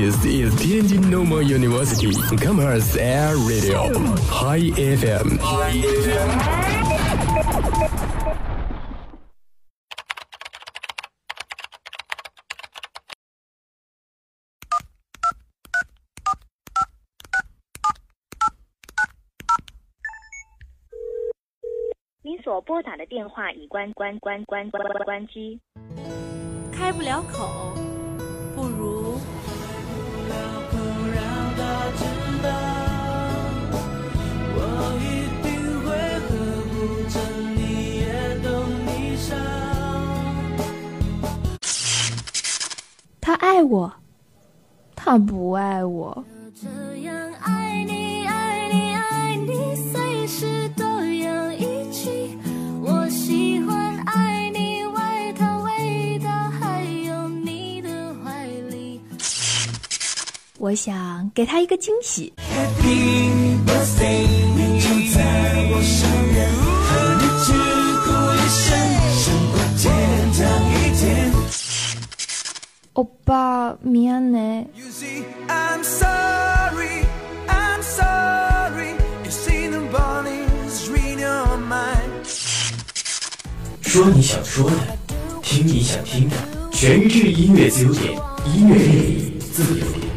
This is Tianjin Normal University Commerce Air Radio High FM。 您所拨打的电话已关机， 开不了口，不如我一定会呵护着你，也懂你伤。 他爱我，他不爱我。 这样爱你，爱你，爱你，随时都要一起。我喜欢爱你，外套味道，还有你的怀里。 我想给他一个惊喜。 Happy birthday， 你就在我身边，和你只过一生，胜过天堂一天。 欧巴，미안해。 You see, I'm sorry, I'm sorry. You see the bodies read your mind. 说你想说的，听你想听的，全智音乐自由点，音乐令你自由点。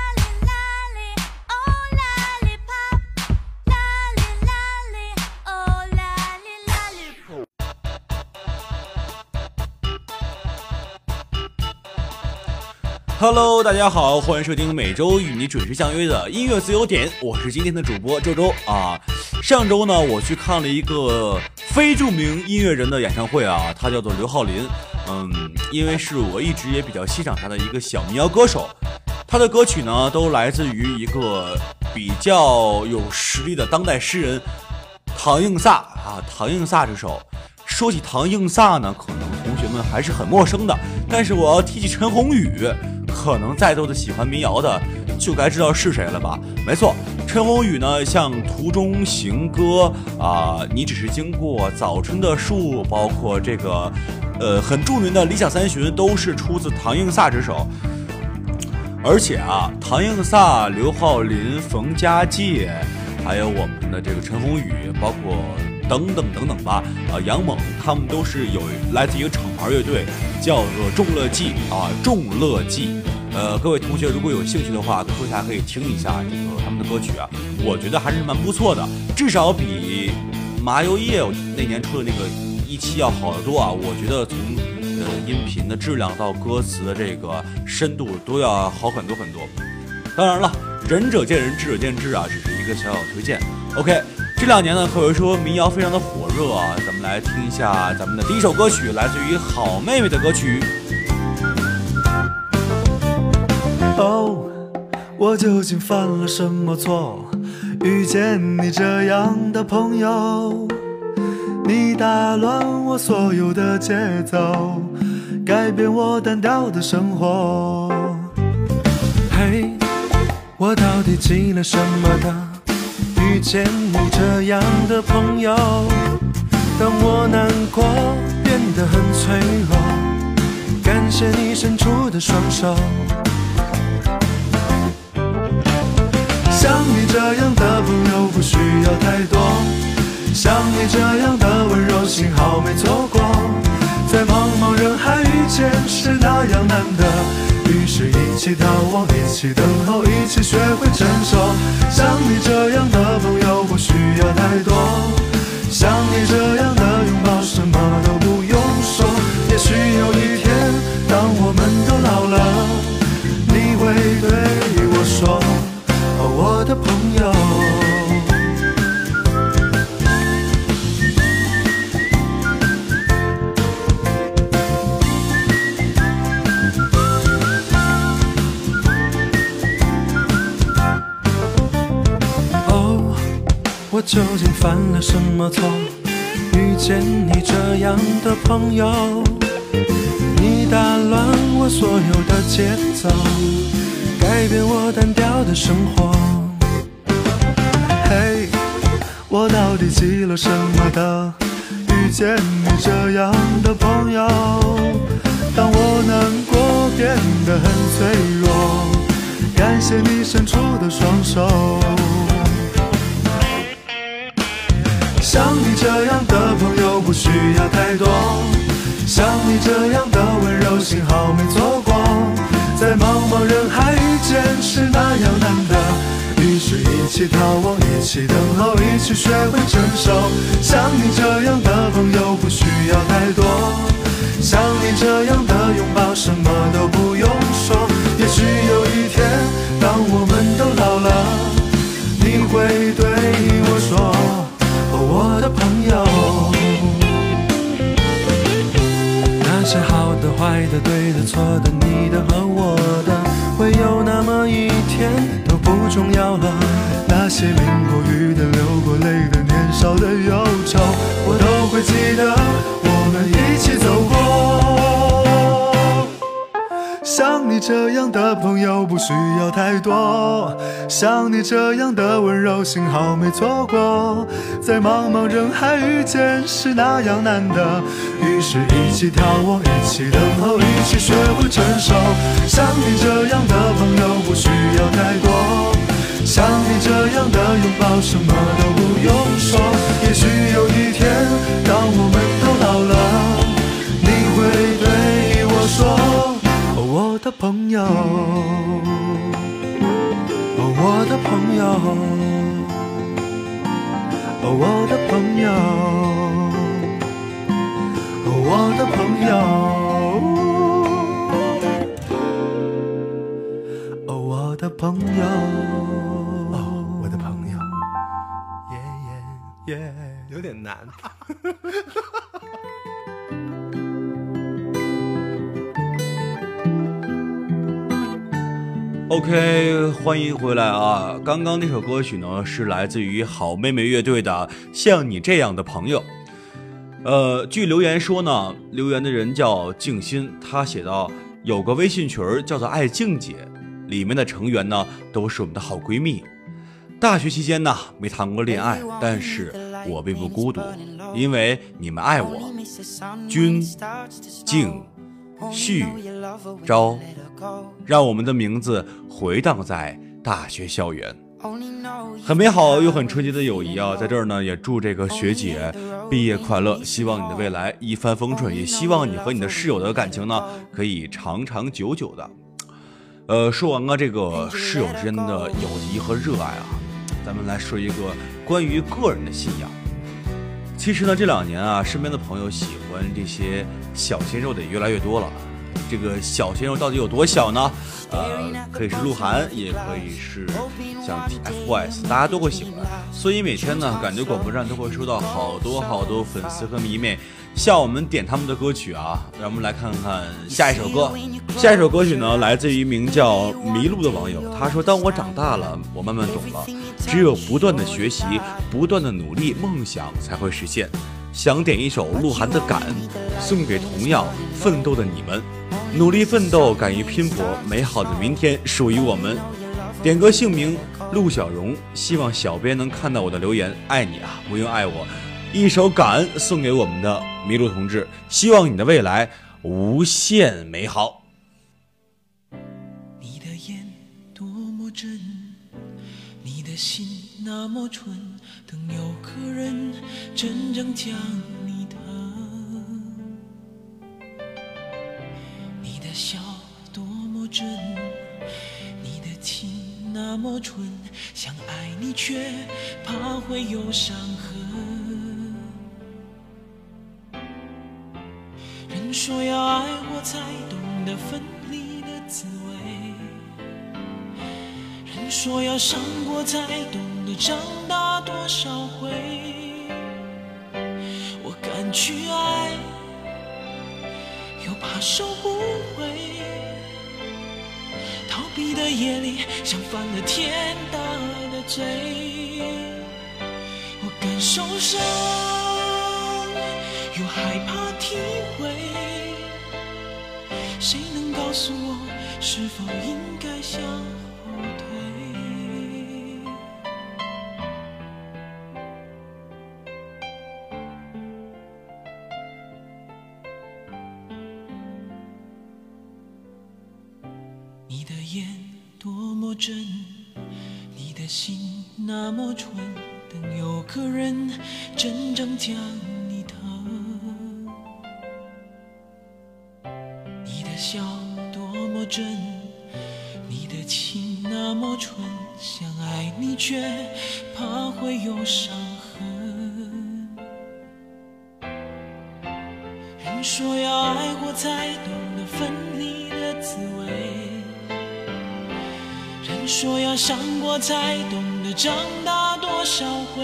Hello， 大家好，欢迎收听每周与你准时相约的音乐自由点，我是今天的主播周周啊。上周呢，我去看了一个非著名音乐人的演唱会啊，他叫做刘浩霖。因为是我一直也比较欣赏他的一个小民谣歌手，他的歌曲呢都来自于一个比较有实力的当代诗人唐映萨啊。唐映萨这首。说起唐映萨呢，可能同学们还是很陌生的，但是我要提起陈鸿宇，可能再多的喜欢民谣的就该知道是谁了吧？没错，陈鸿宇呢，像《途中行歌》你只是经过早春的树，包括这个很著名的《理想三旬》，都是出自唐映萨之手。而且啊，唐映萨、刘浩霖、冯家界，还有我们的这个陈鸿宇，包括等等吧，杨猛他们都是有来自一个厂牌乐队，叫做众乐季啊，众乐季。各位同学如果有兴趣的话，课下可以听一下这个他们的歌曲啊，我觉得还是蛮不错的，至少比麻油叶那年出的那个一期要好得多啊。我觉得从音频的质量到歌词的这个深度都要好很多很多。当然了，仁者见仁，智者见智啊，只是一个小小推荐。OK。这两年呢，可谓说民谣非常的火热啊，咱们来听一下咱们的第一首歌曲，来自于好妹妹的歌曲。 哦，我究竟犯了什么错？遇见你这样的朋友，你打乱我所有的节奏，改变我单调的生活。嘿，我到底积了什么的？遇见你这样的朋友，当我难过变得很脆弱，感谢你伸出的双手。像你这样的朋友不需要太多，像你这样的温柔幸好没错过，在茫茫人海遇见是那样难得，于是一起逃亡，一起等候，一起学会承受。像你这样的朋友不需要太多，像你这样的拥抱什么都不用说。也许有一天当我们都老了，你会对我说，哦，我的朋友。我究竟犯了什么错？遇见你这样的朋友，你打乱我所有的节奏，改变我单调的生活。嘿，我到底积了什么的？遇见你这样的朋友，当我难过变得很脆弱， 感谢你伸出的双手。像你这样的朋友不需要太多，像你这样的温柔幸好没错过，在茫茫人海遇见是那样难得，于是一起逃亡，一起等候，一起学会成熟。像你这样的朋友不需要太多，像你这样的拥抱什么都不用说。也许有一天当我们都老了，你会对我说，我的朋友。那些好的坏的对的错的你的和我的，会有那么一天都不重要了。那些淋过雨的流过泪的年少的忧愁，我都会记得我们一起走过。像你这样的朋友不需要太多，像你这样的温柔幸好没错过，在茫茫人海遇见是那样难得，于是一起眺望，一起等候，一起学会成熟。像你这样的朋友不需要太多，像你这样的拥抱什么都不用说。也许有一天当我们都老了，你会对我说，我的朋友，我的朋友，我的朋友，我的朋友，我的朋友，我的朋友，耶耶耶，有点难。 OK， 欢迎回来啊！刚刚那首歌曲呢，是来自于好妹妹乐队的《像你这样的朋友》。据留言说呢，留言的人叫静心，他写道：有个微信群叫做爱静姐，里面的成员呢都是我们的好闺蜜。大学期间呢没谈过恋爱，但是我并不孤独，因为你们爱我。君、静、旭、昭，让我们的名字回荡在大学校园。很美好又很纯洁的友谊啊，在这儿呢也祝这个学姐毕业快乐，希望你的未来一帆风顺，也希望你和你的室友的感情呢可以长长久久的。说完了这个室友之间的友谊和热爱啊，咱们来说一个关于个人的信仰。其实呢这2年啊，身边的朋友喜欢这些小鲜肉的也越来越多了。这个小鲜肉到底有多小呢？可以是鹿晗，也可以是像 TFBOYS， 大家都会喜欢。所以每天呢，感觉广播站都会收到好多粉丝和迷妹向我们点他们的歌曲啊。让我们来看看下一首歌。下一首歌曲呢，来自于一名叫麋鹿的网友，他说：当我长大了，我慢慢懂了，只有不断的学习，不断的努力，梦想才会实现。想点一首鹿晗的《敢》，送给同样奋斗的你们。努力奋斗，敢于拼搏，美好的明天属于我们。点歌姓名陆小荣，希望小编能看到我的留言，爱你啊，不用爱我。一首《敢》送给我们的麋鹿同志，希望你的未来无限美好。 你的眼多么真，你的心那么纯，等有个人真正将你疼。你的笑多么真，你的情那么纯，想爱你却怕会有伤痕。人说要爱我才懂得分离的滋味，人说要伤过才懂得长大多少回。我敢去爱，又怕收不回，逃避的夜里像犯了天大的罪。我敢受伤，又害怕体会，谁能告诉我是否应该向后退？你的眼多么真，你的心那么纯，等有个人真正将你疼。你的笑多么真，你的情那么纯，想爱你却怕会有伤痕。人说要爱过才懂得分离的滋味，人说要伤过才懂得长大多少回。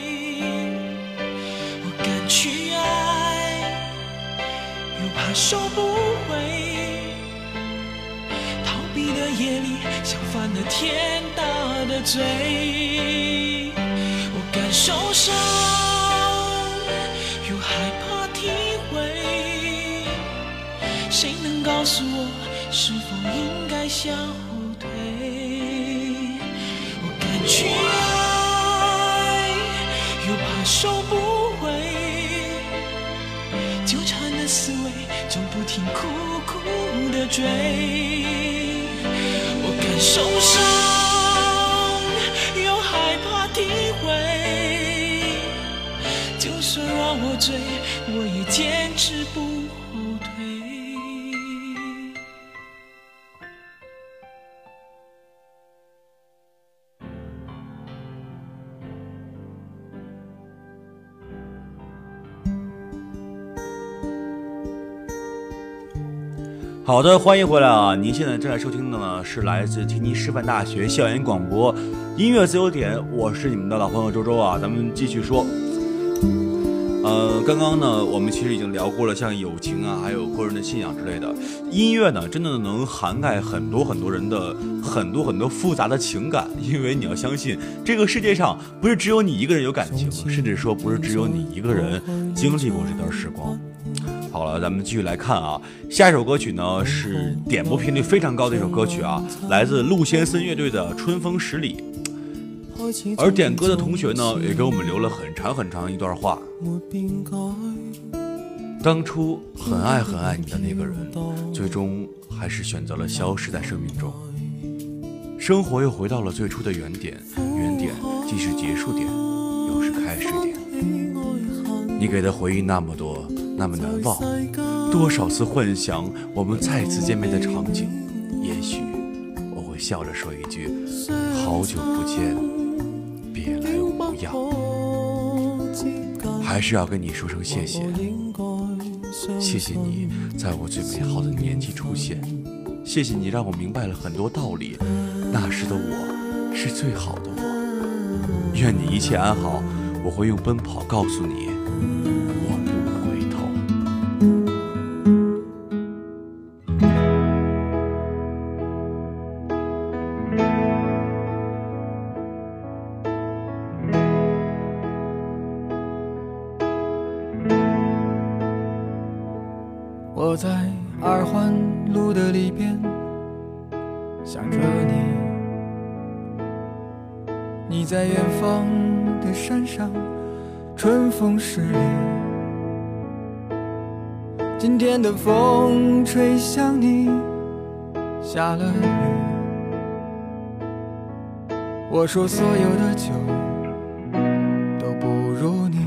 我敢去爱，又怕收不回，逃避的夜里像犯了天大的罪。我敢受伤，又害怕体会，谁能告诉我是否应该向后退？我敢去爱，又怕收不回，纠缠的思维总不停苦苦的追。我敢受伤，又害怕体会，就算让我追，我也坚持不后退。 好的，欢迎回来啊！您现在正在收听的呢是来自悉尼师范大学校园广播音乐自由点，我是你们的老朋友周周啊。咱们继续说，刚刚呢我们其实已经聊过了像友情啊，还有个人的信仰之类的。音乐呢真的能涵盖很多人的很多复杂的情感，因为你要相信这个世界上不是只有你一个人有感情，甚至说不是只有你一个人经历过这段时光。好了，咱们继续来看啊，下一首歌曲呢是点播频率非常高的一首歌曲啊，来自陆先森乐队的《春风十里》。而点歌的同学呢也给我们留了很长一段话。当初很爱你的那个人，最终还是选择了消失在生命中。生活又回到了最初的原点既是结束点又是开始点。你给的回忆那么多，那么难忘，多少次幻想我们再次见面的场景，也许我会笑着说一句好久不见，别来无恙。还是要跟你说声谢谢，谢谢你在我最美好的年纪出现，谢谢你让我明白了很多道理，那时的我是最好的我。愿你一切安好，我会用奔跑告诉你我不回头。 我在二环路的里边想着你，你在远方的山上，春风十里。今天的风吹向你，下了雨。我说所有的酒都不如你。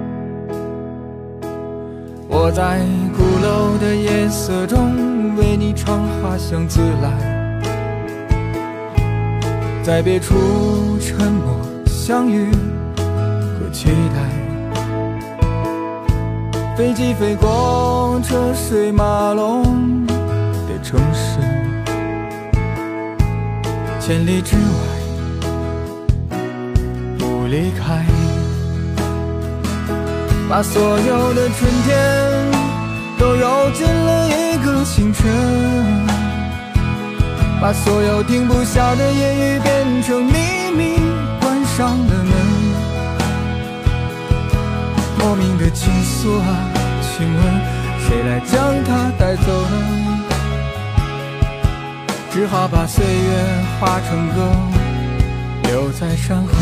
我在鼓楼的夜色中为你唱花香自来，在别处沉默相遇和期待。飞机飞过车水马龙的城市，千里之外不离开。把所有的春天都揉进了一个清晨，把所有停不下的言语变成秘密，关上了门。莫名的情愫啊，请问谁来将它带走呢？只好把岁月化成歌，留在山河。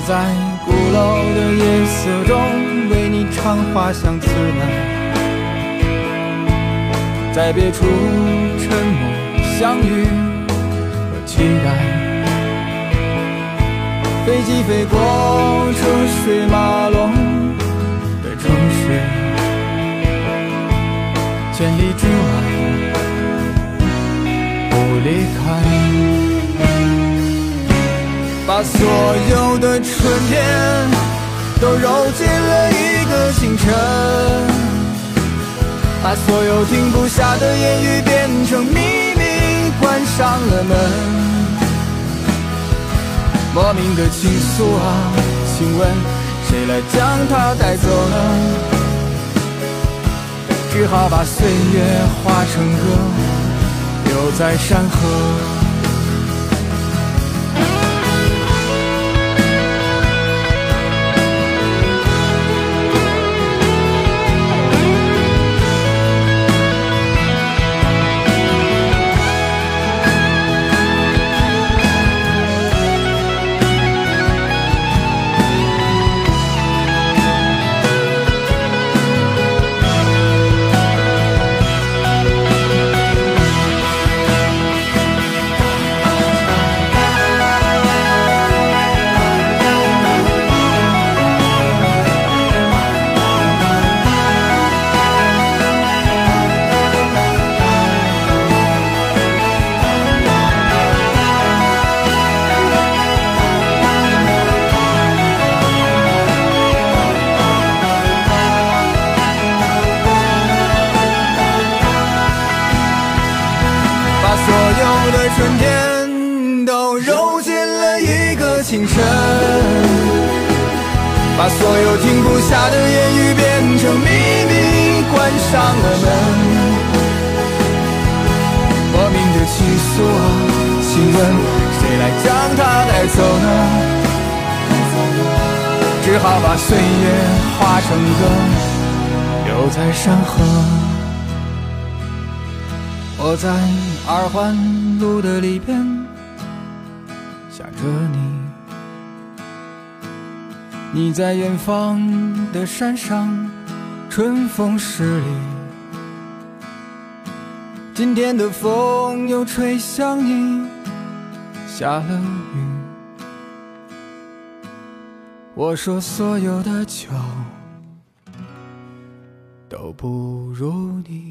在鼓楼的夜色中为你唱花香自来，在别处沉默相遇和期待。飞机飞过车水马龙的城市，千里之外不离开，把所有的春天都揉进了一个清晨，把所有停不下的言语变成秘密，关上了门。莫名的情愫啊，请问谁来将它带走呢？只好把岁月化成歌，留在山河。春天都揉进了一个清晨，把所有停不下的言语变成秘密，关上了门。莫名的情愫啊，请问谁来将它带走呢？只好把岁月化成歌，留在山河。我在二环路的里边想着你，你在远方的山上春风十里，今天的风又吹向你，下了雨。我说所有的酒都不如你。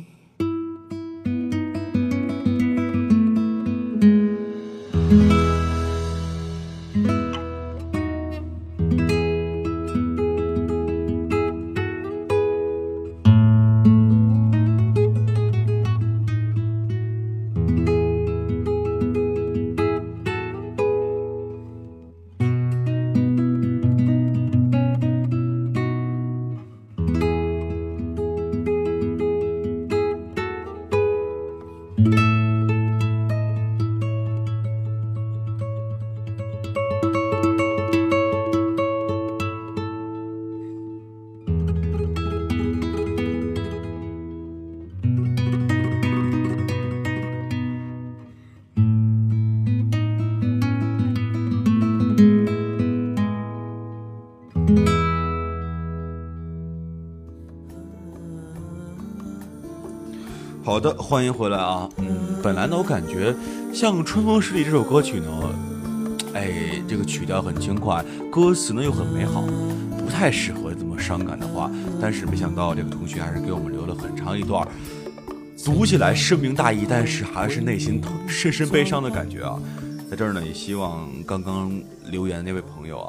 好的，欢迎回来啊。本来呢，我感觉像《春风十里》这首歌曲呢，这个曲调很轻快，歌词呢又很美好，不太适合这么伤感的话。但是没想到这个同学还是给我们留了很长一段，读起来深明大义，但是还是内心深深悲伤的感觉啊。在这儿呢，也希望刚刚留言的那位朋友啊，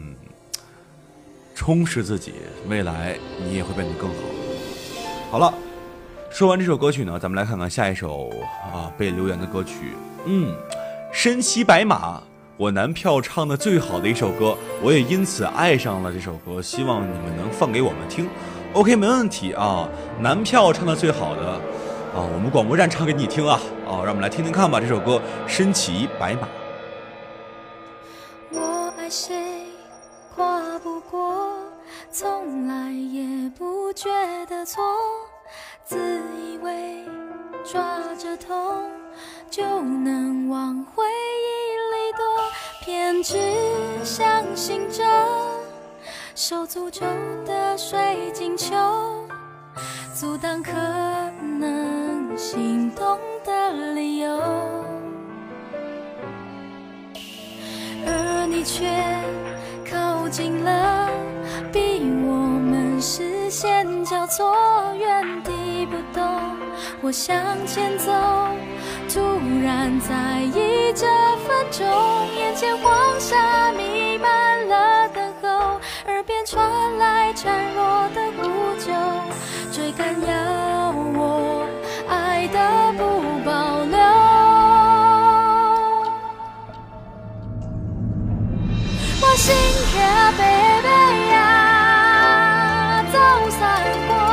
充实自己，未来你也会变得更好。好了，说完这首歌曲呢，咱们来看看下一首被留言的歌曲。身骑白马，我男票唱的最好的一首歌，我也因此爱上了这首歌，希望你们能放给我们听。OK， 没问题啊，男票唱的最好的我们广播站唱给你听啊。让我们来听听看吧，这首歌身骑白马。 我爱谁跨不过，从来也不觉得错，自以为抓着痛就能往回忆里躲， 偏只相信着手诅咒的水晶球，阻挡可能心动的理由，而你却靠近了，逼我们视线交错，原地不动。我向前走，突然在意这分钟，眼前黄沙弥漫了等候，耳边传来孱弱的呼救，追赶要我爱的不保留。我心跳贝贝呀，走散过。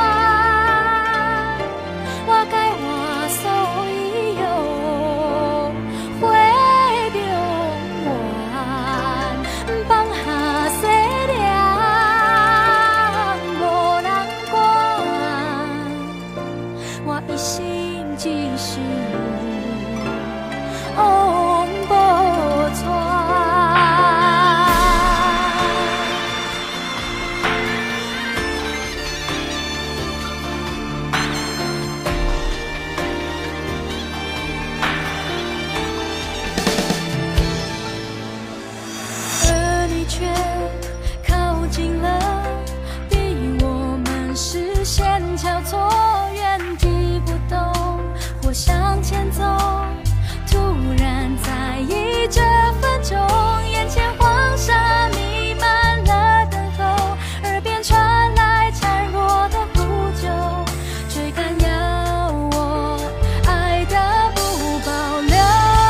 交错，原地不动，或向前走，突然在意这分钟，眼前黄沙弥漫了等候，耳边传来孱弱的呼救，追赶要我爱的不保留。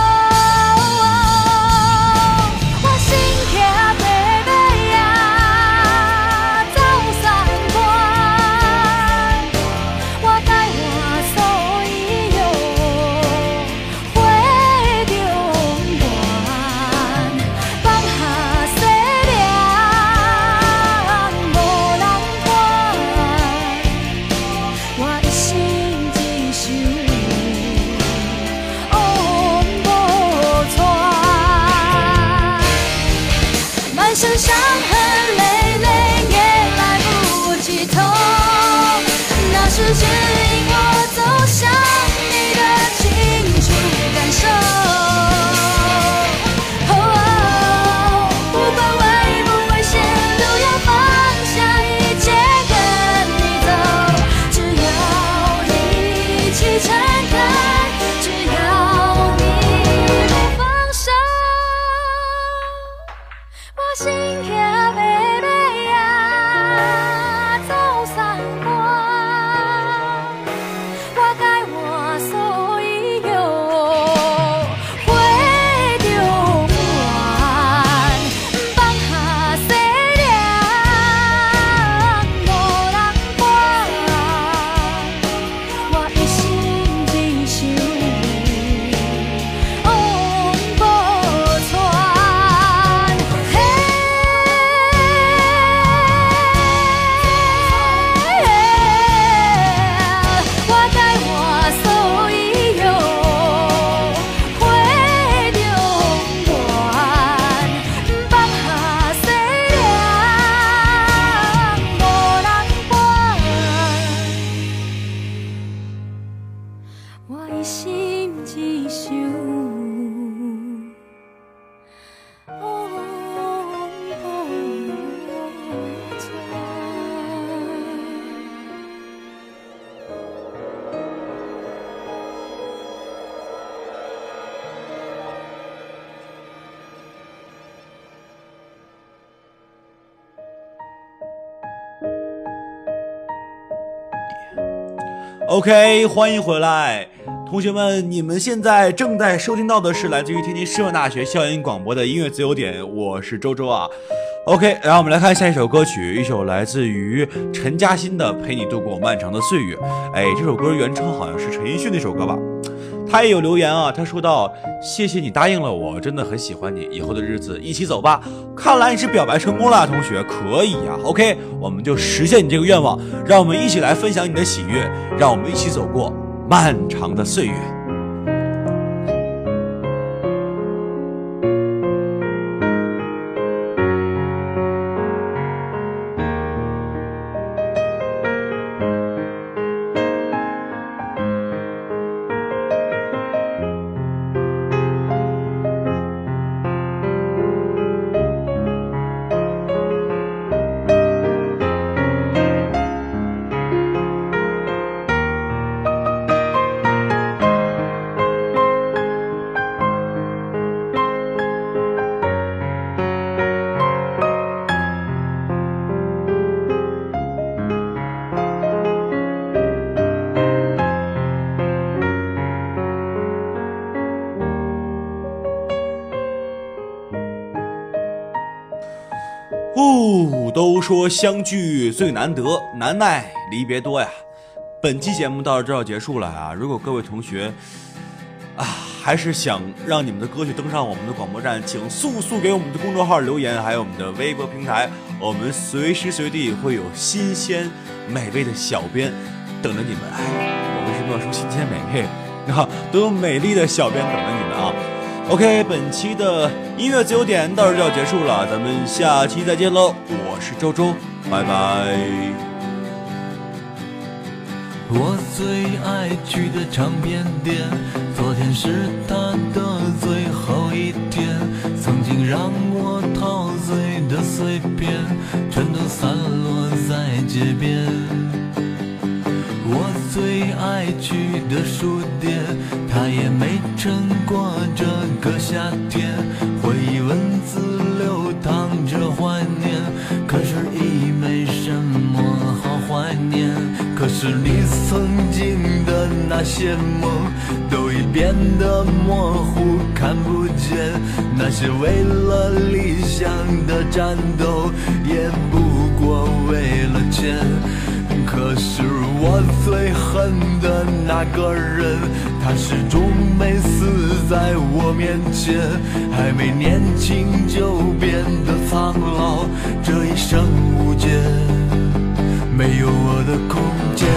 我心跳贝贝呀，走散过。身伤痕累累也来不及痛，那是指引我走向你的清楚感受。不管危不危险，都要放下一切跟你走，只要你一起承担，只要你不放手。我心跳贝贝呀，走散过，我该我所以有会中原，放下世人无人管，我一心只想往无传。我一心只想往无传。 OK， 欢迎回来，同学们，你们现在正在收听到的是来自于天津师范大学校园广播的音乐自由点，我是周周啊。OK， 然后我们来看下一首歌曲，一首来自于陈嘉欣的《陪你度过漫长的岁月》。哎，这首歌原唱好像是陈奕迅那首歌吧。他也有留言啊，他说到：“谢谢你答应了我，真的很喜欢你，以后的日子一起走吧。”看来你是表白成功了，同学，可以啊。OK， 我们就实现你这个愿望，让我们一起来分享你的喜悦，让我们一起走过漫长的岁月。 都说相聚最难得，难耐离别多呀。本期节目到这要结束了啊！如果各位同学还是想让你们的歌曲登上我们的广播站，请速速给我们的公众号留言，还有我们的微博平台，我们随时随地会有新鲜美味的小编等着你们。我为什么要说新鲜美味都有美丽的小编等着你们啊！ OK， 本期的音乐自由点到这就要结束了，咱们下期再见喽！我是周周，拜拜。 我最爱去的唱片店，昨天是它的最后一天，曾经让我陶醉的碎片，全都散落在街边。我最爱去的书店，它也没撑过这个夏天，回忆文字流淌着怀念，可是已没什么好怀念。可是你曾经的那些梦都已变得模糊看不见，那些为了理想的战斗也不过为了钱。可是我最恨的那个人，他始终没死在我面前，还没年轻就变得苍老，这一生无解，没有我的空间，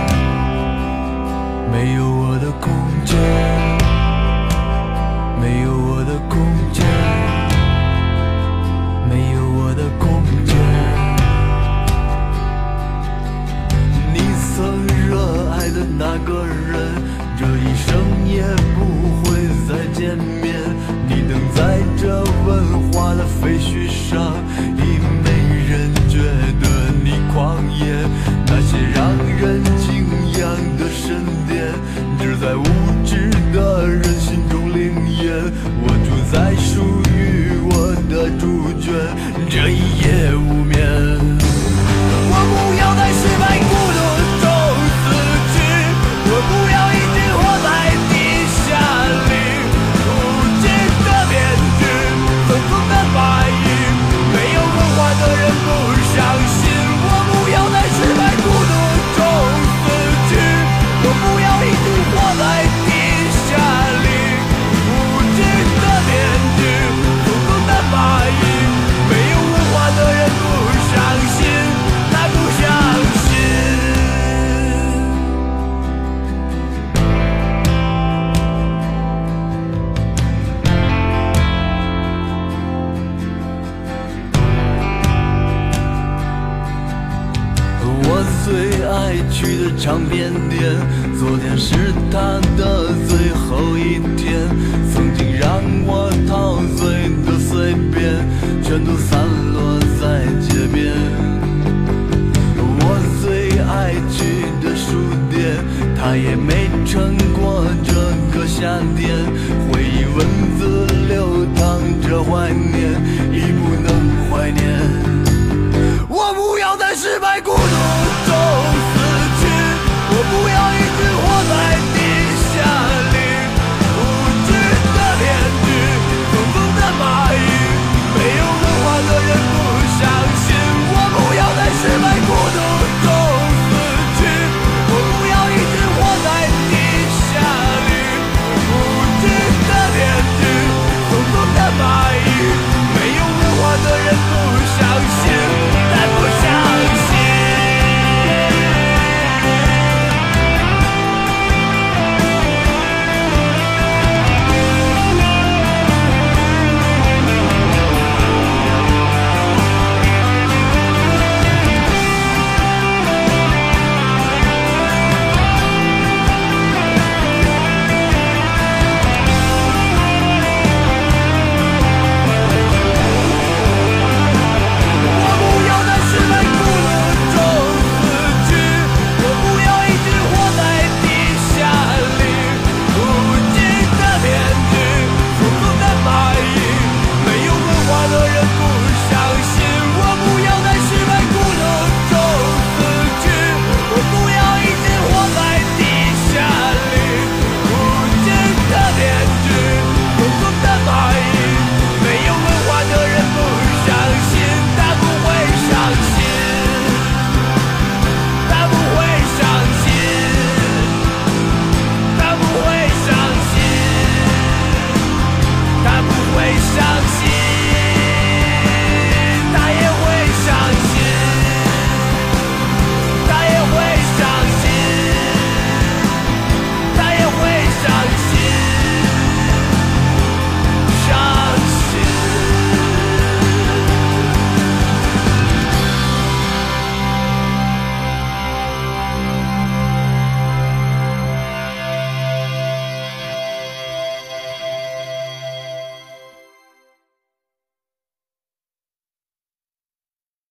没有我的空间，没有我的空间，没有我的空间。你曾热爱的那个人，这一生也不会再见面。你等在这文化的废墟上，已没人觉得你狂野。那些让人敬仰的神殿，只在无知的人心中灵验。我住在属于我的主角，这一夜无眠。我不要在失败孤独中死去，我不要一直活在地下里，无知的面具，层层的白衣，没有文化的人不相信。我不要在失败孤独中死去，我不要一直活在地下里，无知的面具，层层的白衣，没有文化的人不相信，他不相信。我最爱去的唱片店，昨天是它的最后一天，曾经让我陶醉的碎片，全都散落在街边。我最爱去的书店，它也没撑过这个夏天，回忆文字流淌着怀念，已不能怀念。我不要在失败孤独